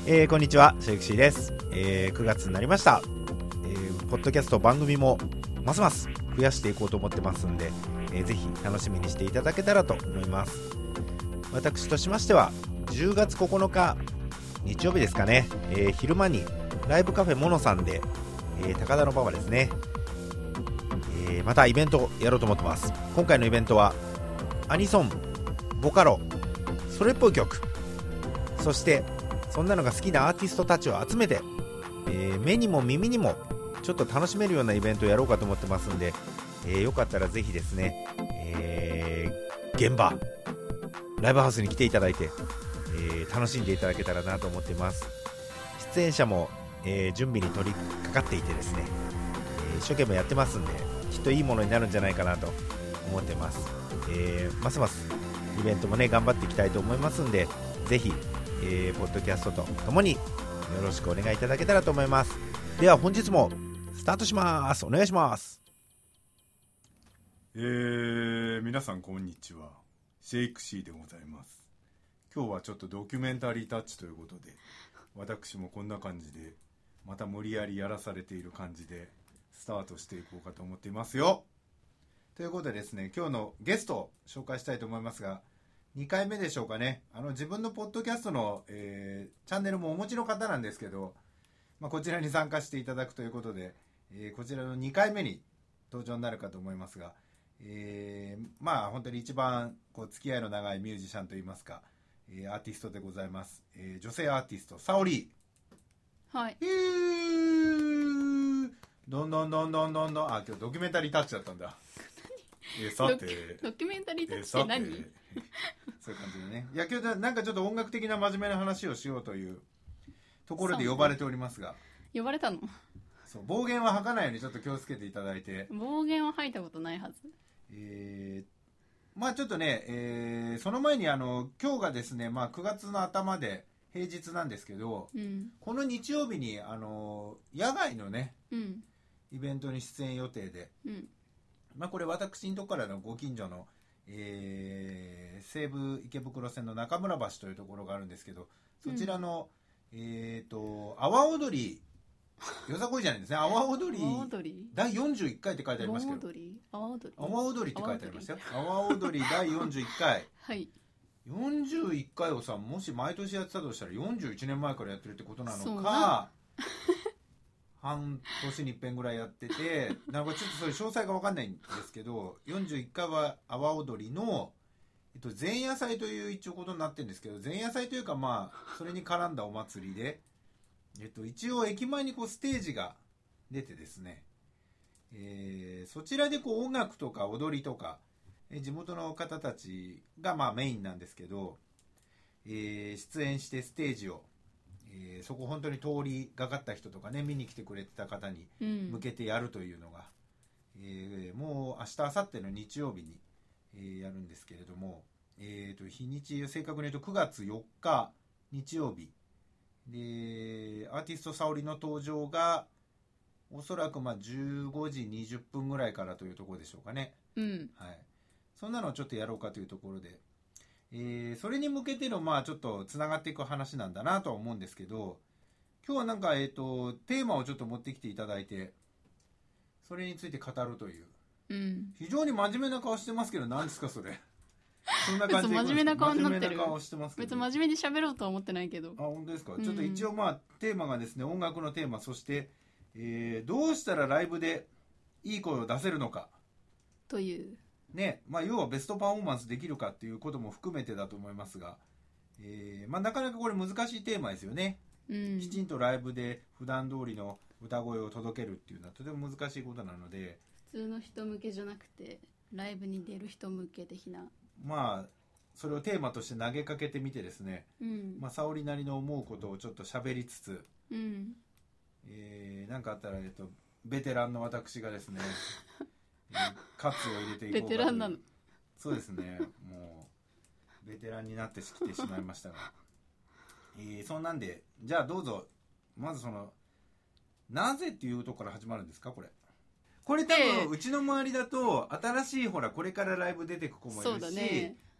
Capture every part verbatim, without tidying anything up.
えー、こんにちは、シェイクシーです。えー、くがつになりました。えー、ポッドキャスト番組もますます増やしていこうと思ってますんで、えー、ぜひ楽しみにしていただけたらと思います。私としましてはじゅうがつここのか日曜日ですかね、えー、昼間にライブカフェモノさんで、えー、高田の馬場ですね、えー、またイベントをやろうと思ってます。今回のイベントはアニソン、ボカロ、それっぽい曲、そしてそんなのが好きなアーティストたちを集めて、えー、目にも耳にもちょっと楽しめるようなイベントをやろうかと思ってますんで、えー、よかったらぜひですね、えー、現場ライブハウスに来ていただいて、えー、楽しんでいただけたらなと思っています。出演者も、えー、準備に取り掛かっていてですね、えー、一生懸命やってますんで、きっといいものになるんじゃないかなと思ってます。えー、ますますイベントもね頑張っていきたいと思いますんで、ぜひえー、ポッドキャストとともによろしくお願いいただけたらと思います。では本日もスタートします。お願いします。 えー、皆さんこんにちは、シェイクシーでございます。今日はちょっとドキュメンタリータッチということで、私もこんな感じでまた無理やりやらされている感じでスタートしていこうかと思っていますよ。ということでですね、今日のゲストを紹介したいと思いますが、にかいめでしょうかね。あの自分のポッドキャストの、えー、チャンネルもお持ちの方なんですけど、まあ、こちらに参加していただくということで、えー、こちらのにかいめに登場になるかと思いますが、えー、まあ本当に一番こう付き合いの長いミュージシャンといいますか、えー、アーティストでございます。えー、女性アーティストサオリー。はい。 ヒューどんどんどんどんどんどん、あ、今日ドキュメンタリータッチだったんだ。えー、さてドキュメンタリータッチって何？ えー、そういう感じでね。いや今日なんかちょっと音楽的な真面目な話をしようというところで呼ばれておりますが、 呼ばれたの？ そう、暴言は吐かないようにちょっと気をつけていただいて。 暴言は吐いたことないはず。 えー、まあちょっとね、えー、その前にあの今日がですね、まあくがつの頭で平日なんですけど、 うん、この日曜日にあの野外のね、 うん、 イベントに出演予定で、 うん、 まあこれ私のところからのご近所のえー、西武池袋線の中村橋というところがあるんですけど、そちらの、うん、えーと阿波踊りよさこいじゃないですね、阿波踊りだいよんじゅういっかいって書いてありますけど、阿波踊りって書いてありましたよ。阿波踊りだいよんじゅういっかいはい、 よんじゅういっかいをさ、もし毎年やってたとしたらよんじゅういちねんまえからやってるってことなのか、半年に一遍ぐらいやってて、なんかちょっとそれ詳細が分かんないんですけど、よんじゅういっかいは阿波踊りの、えっと、前夜祭という一応ことになってるんですけど、前夜祭というかまあそれに絡んだお祭りで、えっと、一応駅前にこうステージが出てですね、えー、そちらでこう音楽とか踊りとか、え地元の方たちがまあメインなんですけど、えー、出演してステージをえー、そこ本当に通りがかった人とかね、見に来てくれてた方に向けてやるというのが、うん、えー、もう明日明後日の日曜日に、えー、やるんですけれども、えー、と日にち正確に言うとくがつよっか日曜日で、アーティスト沙織の登場がおそらくまあじゅうごじにじゅっぷんぐらいからというところでしょうかね、 うんはい、そんなのをちょっとやろうかというところで、えー、それに向けてのまあちょっとつながっていく話なんだなとは思うんですけど、今日はなんかえっとテーマをちょっと持ってきていただいて、それについて語るという、 うん、 非常に真面目な顔してますけど、何ですかそれそんな感じで真面目な顔になってる。 真面目な顔してますけど、 別に真面目に喋ろうとは思ってないけど。 あ、本当ですか、うん、ちょっと一応まあテーマがですね、音楽のテーマ、そして、えー、どうしたらライブでいい声を出せるのかというね、まあ、要はベストパフォーマンスできるかっていうことも含めてだと思いますが、えーまあ、なかなかこれ難しいテーマですよね、うん、きちんとライブで普段通りの歌声を届けるっていうのはとても難しいことなので、 普通の人向けじゃなくてライブに出る人向け的な、 まあそれをテーマとして投げかけてみてですね、うん、まあ、沙織なりの思うことをちょっと喋りつつ、うん、えー、なんかあったら、えっと、ベテランの私がですねカツを入れていこうかという。 ベテランなの？ そうですね、もうベテランになってきてしまいましたが、えー、そんなんで、じゃあどうぞ、まずそのなぜっていうところから始まるんですか、これ。これ多分うちの周りだと新しいほらこれからライブ出てく子もいるし、ね、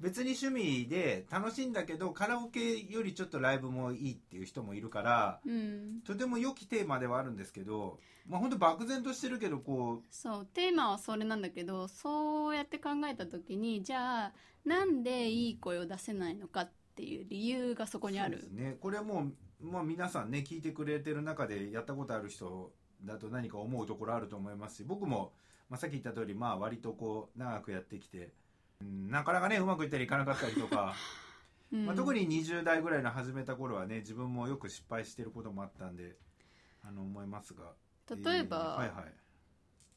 別に趣味で楽しいんだけどカラオケよりちょっとライブもいいっていう人もいるから、 うん、 とても良きテーマではあるんですけど、まあ本当漠然としてるけどこうそうテーマはそれなんだけど、そうやって考えた時にじゃあなんでいい声を出せないのかっていう理由がそこにある。 そうですね、これはもう、まあ、皆さんね聞いてくれてる中でやったことある人だと何か思うところあると思いますし、僕も、まあ、さっき言った通りまあ割とこう長くやってきて、うん、なかなかねうまくいったりいかなかったりとか、うんまあ、特ににじゅう代ぐらいの始めた頃はね自分もよく失敗してることもあったんであの思いますが、 例えば、 えーはいはい、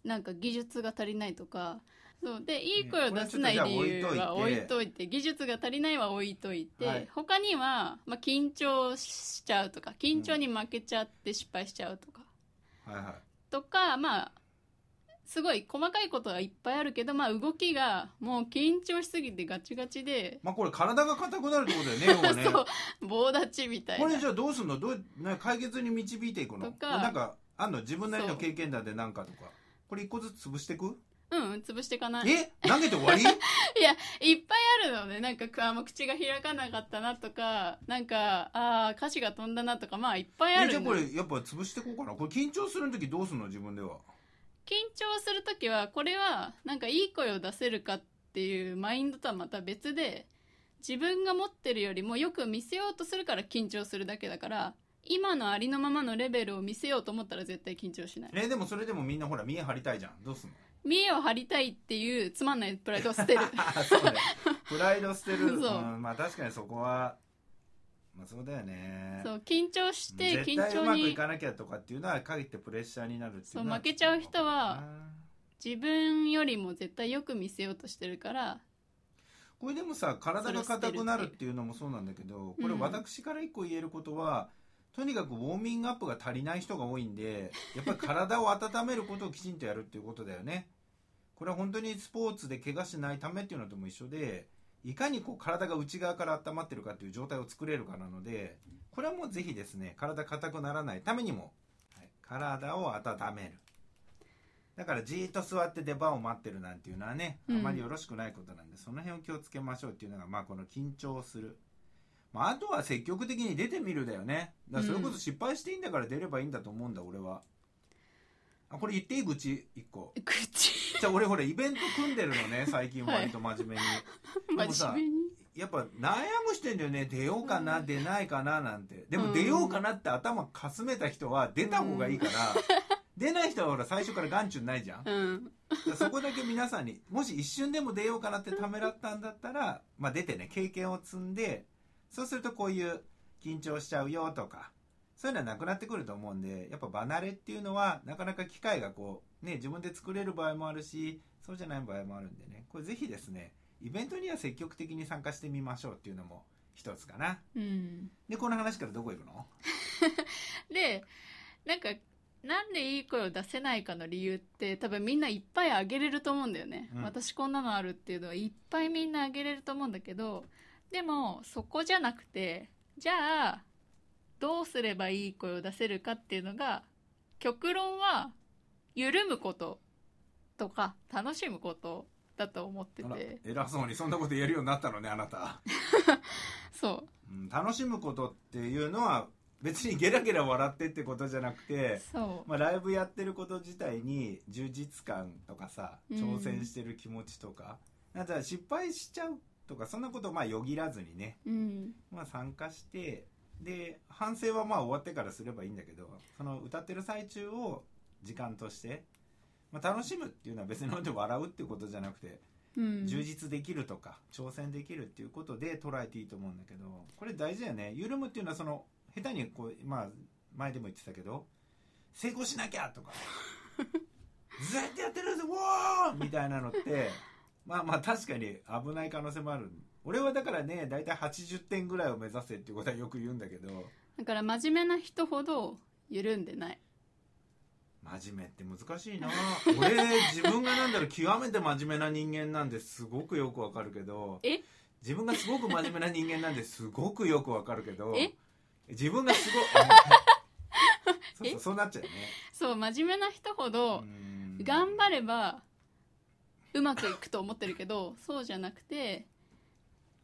なんか技術が足りないとか、そうでいい声を出せない理由は置いといて、技術が足りないは置いといて、はい、他には、まあ、緊張しちゃうとか緊張に負けちゃって失敗しちゃうとか、 うんはいはい、 とかまあすごい細かいことがいっぱいあるけど、まあ、動きがもう緊張しすぎてガチガチで、 まあこれ体が硬くなるってことだよね要はねそう棒立ちみたいな。 これじゃあどうすんの、どう解決に導いていくのとか、なんかあんの自分なりの経験談でなんかとか、これ一個ずつ潰していく？ うん、潰していかない。 え投げて終わり？いやいっぱいあるのね。なんかあもう口が開かなかったなとか、なんかあ歌詞が飛んだなとか、まあいっぱいあるの。 えじゃあこれやっぱ潰していこうかな。これ緊張する時どうすんの自分では？ 緊張するときはこれはなんかいい声を出せるかっていうマインドとはまた別で、自分が持ってるよりもよく見せようとするから緊張するだけだから、今のありのままのレベルを見せようと思ったら絶対緊張しない。 えでもそれでもみんなほら見え張りたいじゃん。どうすんの？ 見栄を張りたいっていうつまんないプライドを捨てるそうね、プライド捨てるそう、 うん、まあ確かにそこはまあそうだよね。 そう緊張して緊張に絶対うまくいかなきゃとかっていうのはかえってプレッシャーになるっていうそうのは負けちゃう人は自分よりも絶対よく見せようとしてるから。 これでもさ体が硬くなるっていうのもそうなんだけど、これ私から一個言えることは、うん、とにかくウォーミングアップが足りない人が多いんで、やっぱり体を温めることをきちんとやるっていうことだよね。これは本当にスポーツで怪我しないためっていうのとも一緒で、いかにこう体が内側から温まってるかっていう状態を作れるかなので、これはもうぜひですね体硬くならないためにも、はい、体を温める。だからじーっと座って出番を待ってるなんていうのはね、あまりよろしくないことなんで、うん、その辺を気をつけましょうっていうのが、まあこの緊張する、まあ、あとは積極的に出てみるだよね。だからそれこそ失敗していいんだから出ればいいんだと思うんだ俺は。あこれ言っていい愚痴いっこ。 愚痴じゃあ俺ほらイベント組んでるのね最近割と真面目に、 はい、 でもさ真面目にやっぱ悩むしてんだよね。出ようかな、うん、出ないかななんて。でも出ようかなって頭かすめた人は出た方がいいから、うん、出ない人はほら最初から眼中ないじゃん、うん、そこだけ皆さんにもし一瞬でも出ようかなってためらったんだったら、まあ、出てね経験を積んで、そうするとこういう緊張しちゃうよとかそういうのはなくなってくると思うんで、やっぱ離れっていうのはなかなか機会がこうね自分で作れる場合もあるし、そうじゃない場合もあるんでね、これぜひですねイベントには積極的に参加してみましょうっていうのも一つかな、うん、でこの話からどこ行くのでなんかなんでいい声を出せないかの理由って多分みんないっぱいあげれると思うんだよね、うん、私こんなのあるっていうのはいっぱいみんなあげれると思うんだけど、でもそこじゃなくて、じゃあどうすればいい声を出せるかっていうのが、極論は緩むこととか楽しむことだと思ってて。 偉そうにそんなこと言えるようになったのねあなたそう、 うん、楽しむことっていうのは別にゲラゲラ笑ってってことじゃなくて、 そう、 まあ、ライブやってること自体に充実感とかさ、挑戦してる気持ちとか、うん、なんか失敗しちゃうとかそんなことをまあよぎらずにね、うん、まあ参加して、で反省はまあ終わってからすればいいんだけど、その歌ってる最中を時間として、まあ、楽しむっていうのは別に笑うっていうことじゃなくて、うん、充実できるとか挑戦できるっていうことで捉えていいと思うんだけど、これ大事だよね。緩むっていうのはその下手にこう、まあ前でも言ってたけど成功しなきゃとかずっとやってるぞウォーみたいなのってまあまあ確かに危ない可能性もある。俺はだからねだいたいはちじゅってんぐらいを目指せっていうことはよく言うんだけど、 だから真面目な人ほど緩んでない。 真面目って難しいな俺自分がなんだろう極めて真面目な人間なんですごくよくわかるけど、 え自分がすごく真面目な人間なんですごくよくわかるけど、え自分がすごいそうそうそうなっちゃうよね。 そう真面目な人ほど頑張ればうまくいくと思ってるけど、そうじゃなくて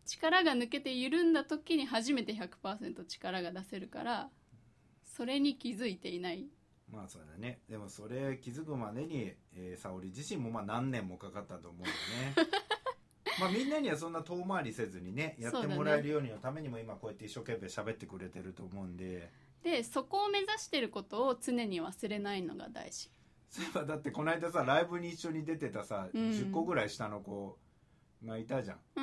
力が抜けて緩んだ時に初めて ひゃくパーセント 力が出せるから、それに気づいていない。 まあそうだね。でもそれ気づくまでに、えー、沙織自身もまあ何年もかかったと思うよねまあみんなにはそんな遠回りせずにねやってもらえるようにのためにも今こうやって一生懸命喋ってくれてると思うんで、 でそこを目指してることを常に忘れないのが大事。 そういえばだってこの間さライブに一緒に出てたさ、うん、じゅっこぐらい下の子がいたじゃん、 うん、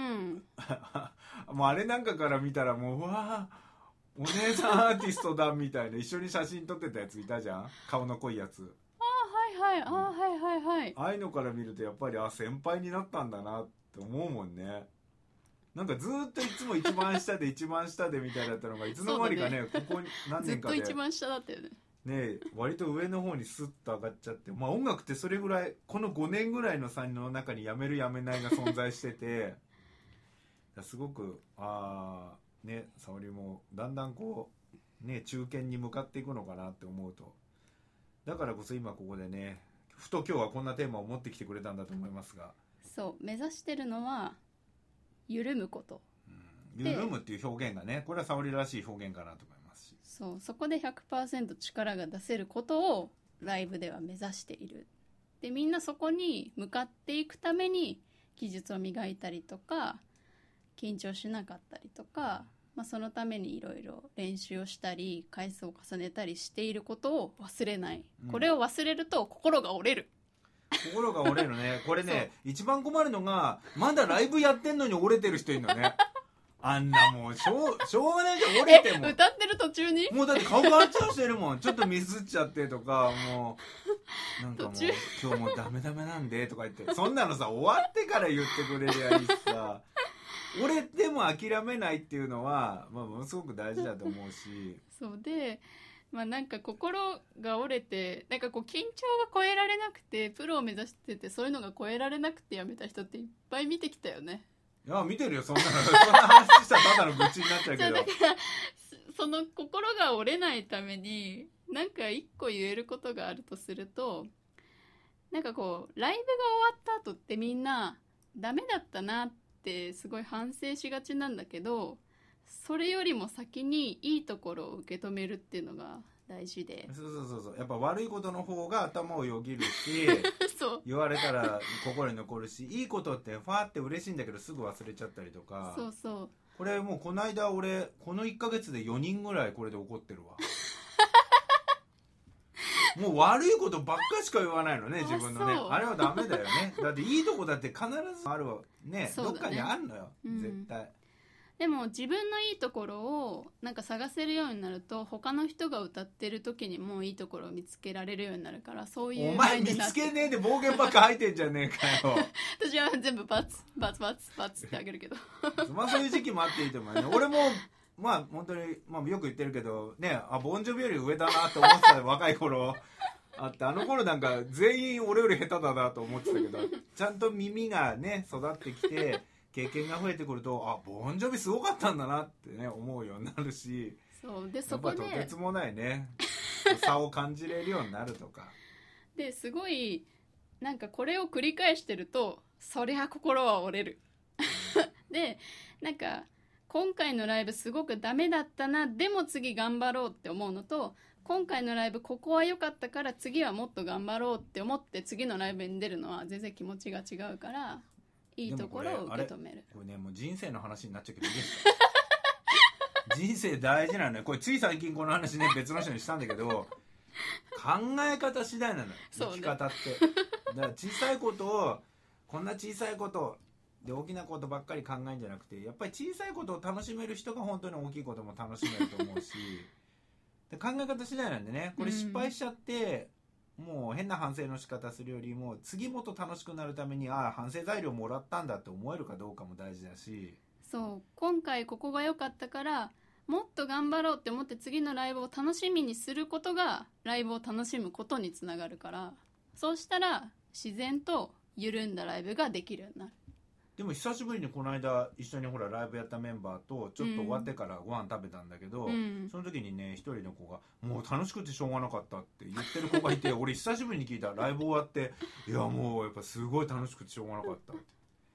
もうあれなんかから見たらもううわお姉さんアーティストだみたいな一緒に写真撮ってたやついたじゃん、顔の濃いやつ。 ああはいはい、ああはいはいはい、 ああいうのから見るとやっぱりあ先輩になったんだなって思うもんね。なんかずっといつも一番下で一番下でみたいだったのがいつの間にか ね, ねここ何年かでずっと一番下だったよね。 ね割と上の方にスッと上がっちゃって、まあ音楽ってそれぐらいこのごねんぐらいの差の中にやめるやめないが存在しててすごくああね沙織もだんだんこうね中堅に向かっていくのかなって思うと、だからこそ今ここでねふと今日はこんなテーマを持ってきてくれたんだと思いますが、 そう目指してるのは緩むこと、 うん、緩むっていう表現がねこれは沙織らしい表現かなと思いますし、 そうそこで ひゃくパーセント 力が出せることをライブでは目指している。でみんなそこに向かっていくために技術を磨いたりとか緊張しなかったりとか、まあ、そのためにいろいろ練習をしたり回数を重ねたりしていることを忘れない、うん、これを忘れると心が折れる。 心が折れるね。これね一番困るのがまだライブやってんのに折れてる人いるのねあんなもうしょう、しょうがないじゃん折れても歌ってる途中にもうだって顔変わっちゃうしてるもんちょっとミスっちゃってとかもうなんかもう今日もうダメダメなんでとか言ってそんなのさ終わってから言ってくれりゃいいしさ折れても諦めないっていうのは、まあ、ものすごく大事だと思うしそうでまあなんか心が折れてなんかこう緊張が超えられなくてプロを目指しててそういうのが超えられなくてやめた人っていっぱい見てきたよね。 いや見てるよそんなのそんな話したらただの愚痴になっちゃうけどだからその心が折れないためになんか一個言えることがあるとすると、なんかこうライブが終わった後ってみんなダメだったなってすごい反省しがちなんだけど、それよりも先にいいところを受け止めるっていうのが大事で、 そうそうそうそうやっぱ悪いことの方が頭をよぎるしそう言われたら心に残るしいいことってファーって嬉しいんだけどすぐ忘れちゃったりとか、 そうそうこれもうこの間俺このいっかげつでよにんぐらいこれで怒ってるわもう悪いことばっかしか言わないのね自分のね あ, あれはダメだよねだっていいとこだって必ずあるわ ね, ねどっかにあるのよ、うん、絶対。 でも自分のいいところをなんか探せるようになると他の人が歌ってる時にもいいところを見つけられるようになるから、そういうお前見つけねえで暴言ばっか吐いてんじゃねえかよ私は全部バツバツバツバツってあげるけどまあそういう時期もあっていいと思うね俺もまあ本当に、まあ、よく言ってるけどねあボンジョビより上だなって思ってた若い頃あってあの頃なんか全員俺より下手だなと思ってたけどちゃんと耳がね育ってきて経験が増えてくるとあボンジョビすごかったんだなってね思うようになるし、 そうでそこでやっぱとてつもないね差を感じれるようになるとかですごいなんかこれを繰り返してるとそりゃ心は折れるでなんか今回のライブすごくダメだったなでも次頑張ろうって思うのと、今回のライブここは良かったから次はもっと頑張ろうって思って次のライブに出るのは全然気持ちが違うから、いいところを受け止める。 これねもう人生の話になっちゃうけどいいですか人生大事なのよ。これつい最近この話ね別の人にしたんだけど考え方次第なのよ、生き方ってだから小さいことをこんな小さいことで大きなことばっかり考えるんじゃなくて、やっぱり小さいことを楽しめる人が本当に大きいことも楽しめると思うしで考え方次第なんでね、これ失敗しちゃって、うん、もう変な反省の仕方するよりも次もっと楽しくなるためにああ反省材料もらったんだって思えるかどうかも大事だし、 そう今回ここが良かったからもっと頑張ろうって思って次のライブを楽しみにすることがライブを楽しむことにつながるから、そうしたら自然と緩んだライブができるようになる。 でも久しぶりにこの間一緒にほらライブやったメンバーとちょっと終わってからご飯食べたんだけど、うん、その時にね一人の子がもう楽しくてしょうがなかったって言ってる子がいて俺久しぶりに聞いたライブ終わっていやもうやっぱすごい楽しくてしょうがなかったって、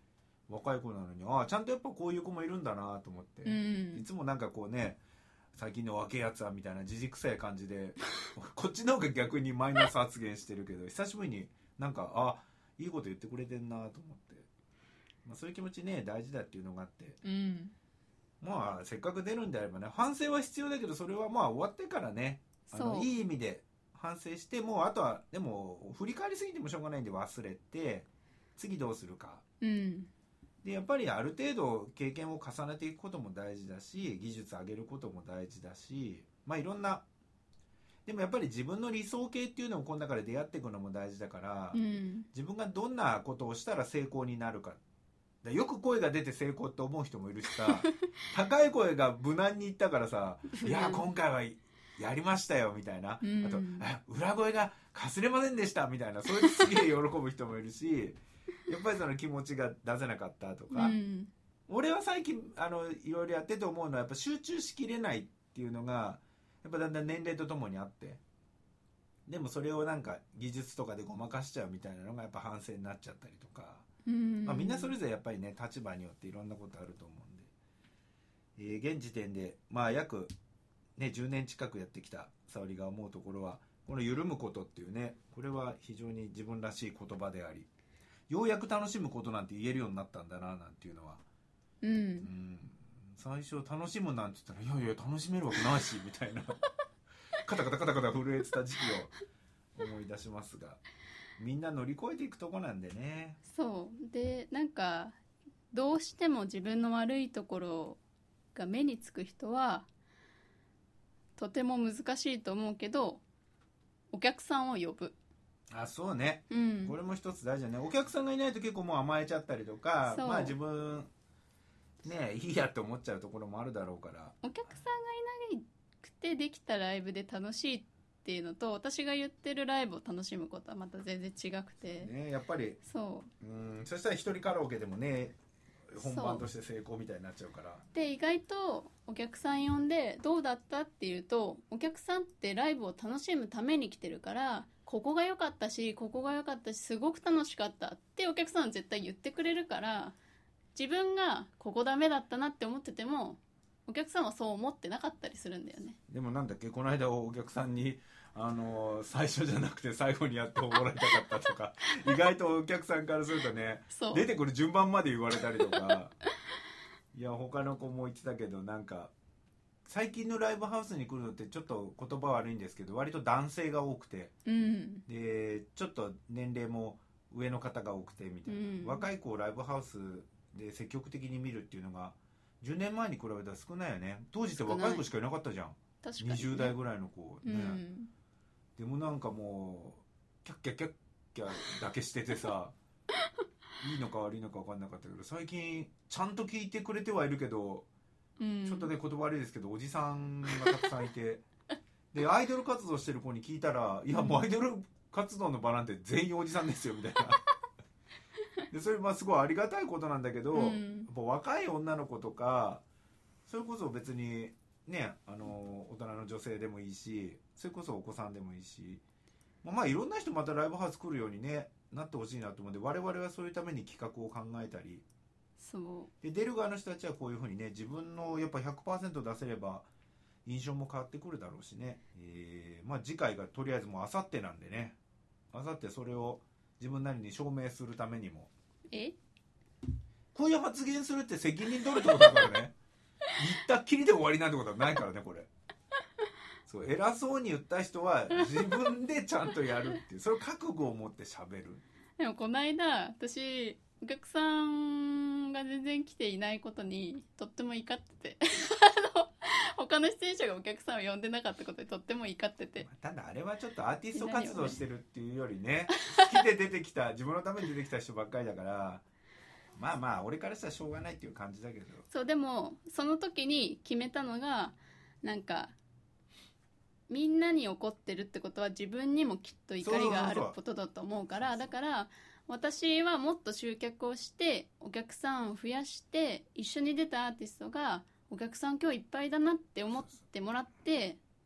若い子なのに、ああちゃんとやっぱこういう子もいるんだなと思って、 うん、 いつもなんかこうね、最近の若いやつはみたいなじじくさい感じでこっちの方が逆にマイナス発言してるけど、久しぶりになんかあいいこと言ってくれてんなと思って、まあ、そういう気持ちね大事だっていうのがあって、 うん、 まあせっかく出るんであればね、反省は必要だけど、それはまあ終わってからね、あのいい意味で反省して、もうあとはでも振り返りすぎてもしょうがないんで忘れて次どうするか、 うん、 でやっぱりある程度経験を重ねていくことも大事だし、技術上げることも大事だし、まあいろんな、でもやっぱり自分の理想形っていうのをこの中で出会っていくのも大事だから、 うん、 自分がどんなことをしたら成功になるか、だよく声が出て成功って思う人もいるしさ高い声が無難に言ったからさいや今回はやりましたよみたいな、 うん、 あと裏声がかすれませんでしたみたいな、そういうすげえ喜ぶ人もいるしやっぱりその気持ちが出せなかったとか、 うん、 俺は最近あのいろいろやってて思うのは、やっぱ集中しきれないっていうのがやっぱだんだん年齢とともにあって、でもそれをなんか技術とかでごまかしちゃうみたいなのがやっぱ反省になっちゃったりとか、 うん、 まあ、みんなそれぞれやっぱりね立場によっていろんなことあると思うんで、えー、現時点でまあ約、ね、じゅうねん近くやってきた沙織が思うところは、この緩むことっていうね、これは非常に自分らしい言葉であり、ようやく楽しむことなんて言えるようになったんだななんていうのは、 うんうん、最初楽しむなんて言ったらいやいや楽しめるわけないしみたいなカタカタカタカタ震えてた時期を思い出しますが、みんな乗り越えていくとこなんでね。 そうで、なんかどうしても自分の悪いところが目につく人はとても難しいと思うけど、お客さんを呼ぶ。 あ、そうね、 うん、 これも一つ大事だね。お客さんがいないと結構もう甘えちゃったりとか、まあ自分ねいいやって思っちゃうところもあるだろうから、 お客さんがいなくてできたライブで楽しいっていうのと、私が言ってるライブを楽しむことはまた全然違くて、 ね、やっぱりそう、 うん、そしたら一人カラオケでもね本番として成功みたいになっちゃうから。 で意外とお客さん呼んでどうだったっていうと、お客さんってライブを楽しむために来てるから、ここが良かったしここが良かったしすごく楽しかったってお客さんは絶対言ってくれるから、自分がここダメだったなって思っててもお客さんはそう思ってなかったりするんだよね。 でもなんだっけ、この間お客さんにあの最初じゃなくて最後にやってもらいたかったとか意外とお客さんからするとね、出てくる順番まで言われたりとかいや他の子も言ってたけど、なんか最近のライブハウスに来るのってちょっと言葉悪いんですけど割と男性が多くて、 うん、 でちょっと年齢も上の方が多くてみたいな、うん、若い子をライブハウスで積極的に見るっていうのがじゅうねんまえに比べたら少ないよね。当時って若い子しかいなかったじゃん。 確かにね、 にじゅう代ぐらいの子ね、うん、でもなんかもうキャッキャッキャッキャだけしててさいいのか悪いのか分かんなかったけど、最近ちゃんと聞いてくれてはいるけど、うん、ちょっとね言葉悪いですけどおじさんがたくさんいてでアイドル活動してる子に聞いたら、いやもうアイドル活動の場なんて全員おじさんですよみたいなでそれまあすごいありがたいことなんだけど、うん、やっぱ若い女の子とかそれこそ別にね、あの大人の女性でもいいし、それこそお子さんでもいいし、まあ、まあいろんな人またライブハウス来るように、ね、なってほしいなと思うんで、我々はそういうために企画を考えたり、 そうで出る側の人たちはこういうふうにね、自分のやっぱ ひゃくパーセント 出せれば印象も変わってくるだろうしね、えーまあ、次回がとりあえずもうあさってなんでね、あさってそれを自分なりに証明するためにも、 えこういう発言するって責任取るってことだからね言ったっきりで終わりなんてことはないからねこれ。そう偉そうに言った人は自分でちゃんとやるっていう、それを覚悟を持って喋る。 でもこの間私お客さんが全然来ていないことにとっても怒っててあの他の出演者がお客さんを呼んでなかったことにとっても怒ってて、 ただあれはちょっとアーティスト活動してるっていうよりね、好きで出てきた自分のために出てきた人ばっかりだから、まあまあ俺からしたらしょうがないっていう感じだけど、 そうでもその時に決めたのが、なんかみんなに怒ってるってことは自分にもきっと怒りがあることだと思うから、だから私はもっと集客をしてお客さんを増やして、一緒に出たアーティストがお客さん今日いっぱいだなって思ってもらって、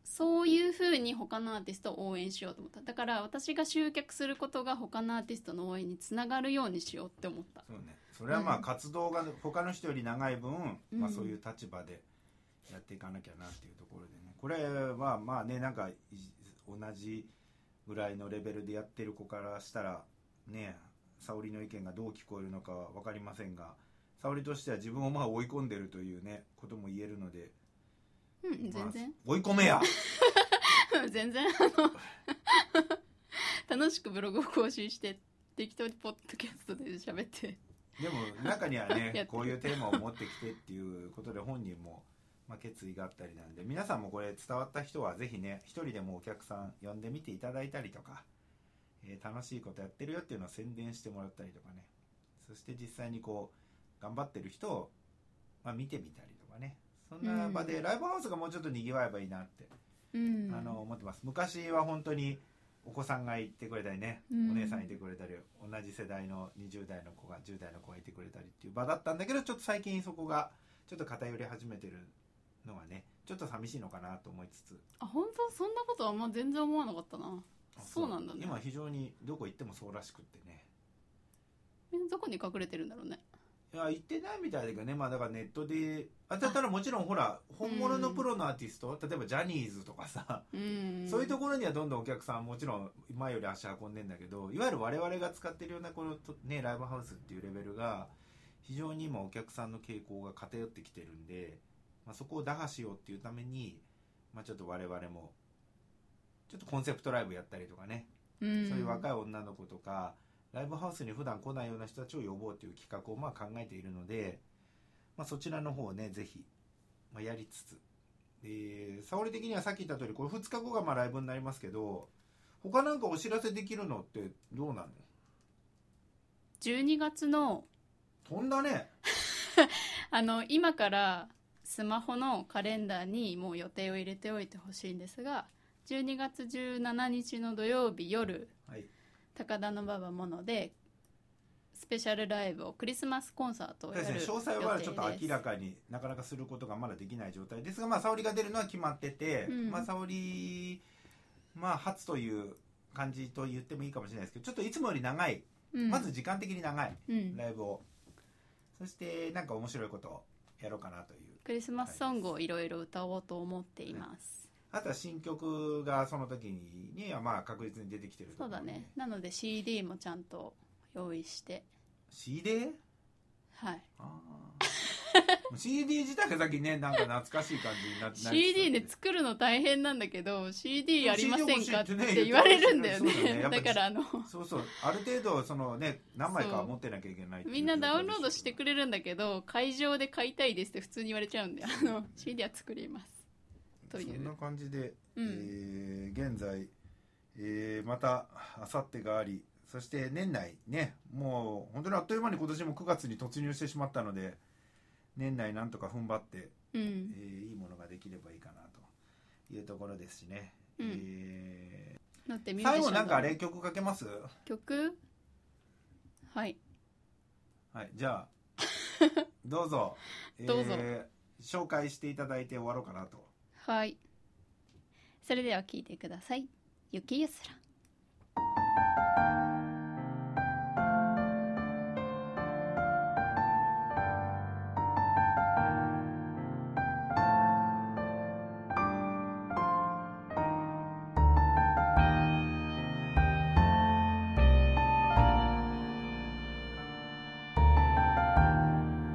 そういう風に他のアーティストを応援しようと思った。だから私が集客することが他のアーティストの応援につながるようにしようって思った。 そうね、それはまあ活動が他の人より長い分、 うんまあ、そういう立場でやっていかなきゃなっていうところでね、これはまあね、なんか同じぐらいのレベルでやってる子からしたらね、沙織の意見がどう聞こえるのかは分かりませんが、沙織としては自分をまあ追い込んでるというねことも言えるので、 うん、全然、 まあ、追い込めや全然あの楽しくブログを更新して適当にポッドキャストで喋って、 でも中にはねやってるこういうテーマを持ってきてっていうことで本人もまあ決意があったりなんで、皆さんもこれ伝わった人はぜひね一人でもお客さん呼んでみていただいたりとか、えー楽しいことやってるよっていうのを宣伝してもらったりとかね、そして実際にこう頑張ってる人を、まあ、見てみたりとかね、そんな場でライブハウスがもうちょっと賑わえばいいなって、 うん、 あの思ってます。昔は本当にお子さんがいてくれたりね、 うんお姉さんいてくれたり、同じ世代のにじゅう代の子がじゅう代の子がいてくれたりっていう場だったんだけど、ちょっと最近そこがちょっと偏り始めてるのはね、ちょっと寂しいのかなと思いつつ。 あ、本当そんなことはあんま全然思わなかったな。 あそうなんだね。 今非常にどこ行ってもそうらしくってね、 えどこに隠れてるんだろうね。 いや行ってないみたいだけどね、まあだからネットで、あたったらもちろんほら本物のプロのアーティスト、例えばジャニーズとかさ、 うんそういうところにはどんどんお客さんもちろん前より足運んでんだけど、いわゆる我々が使ってるようなこのねライブハウスっていうレベルが非常に今お客さんの傾向が偏ってきてるんで、まあ、そこを打破しようっていうために、まあ、ちょっと我々もちょっとコンセプトライブやったりとかね、 うんそういう若い女の子とかライブハウスに普段来ないような人たちを呼ぼうという企画をまあ考えているので、まあ、そちらの方をねぜひ、まあ、やりつつ、えー、沙織的にはさっき言った通りこれふつかごがまあライブになりますけど、他なんかお知らせできるのってどうなの？ じゅうにがつの飛んだねあの今からスマホのカレンダーにもう予定を入れておいてほしいんですが、じゅうにがつじゅうしちにちの土曜日夜、 はい、 高田馬場モノでスペシャルライブをクリスマスコンサートをやる予定です。 詳細はまだちょっと明らかになかなかすることがまだできない状態ですが、まあ、沙織が出るのは決まってて、 うんまあ、沙織、まあ、初という感じと言ってもいいかもしれないですけど、ちょっといつもより長い、 うんまず時間的に長いうんライブを、そしてなんか面白いことをやろうかなという。 クリスマスソングをいろいろ歌おうと思っています。 あとは新曲がその時にはまあ確実に出てきてると思でそううだね。なので シーディー もちゃんと用意して、 シーディー？ はいあーシーディー 自体がさっきねなんか懐かしい感じになってシーディー で作るの大変なんだけど シーディー ありませんかっシーディー 欲しいってねて言われるんだよね。 そうだねやっぱりだからあのそうそう、ある程度そのね何枚かは持ってなきゃいけないっていうみんなダウンロードしてくれるんだけど、会場で買いたいですって普通に言われちゃうんで、あの シーディー は作りますという。 そんな感じで、 うんえー現在、えーまたあさってがあり、そして年内ね、もう本当にあっという間に今年もくがつに突入してしまったので、年内なんとか踏ん張って、 うんえーいいものができればいいかなというところですしね、 うんえだってミー最ュージシャンだ後なんかあれ曲かけます？ 曲はいはい、じゃあどうぞどうぞえー紹介していただいて終わろうかなと。 はいそれでは聴いてください。雪ゆすら。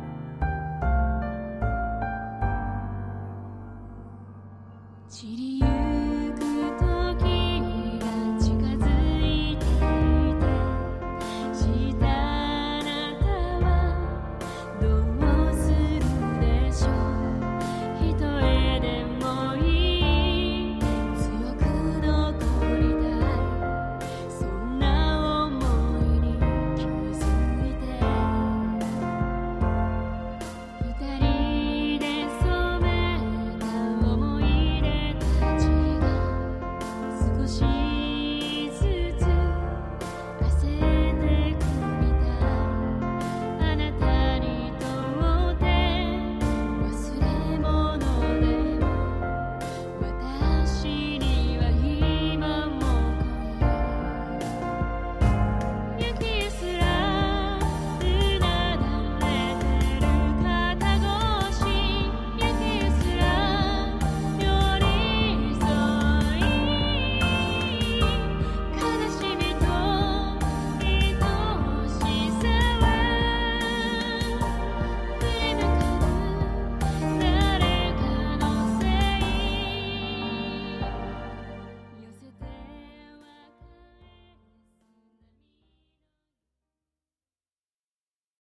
散りゆ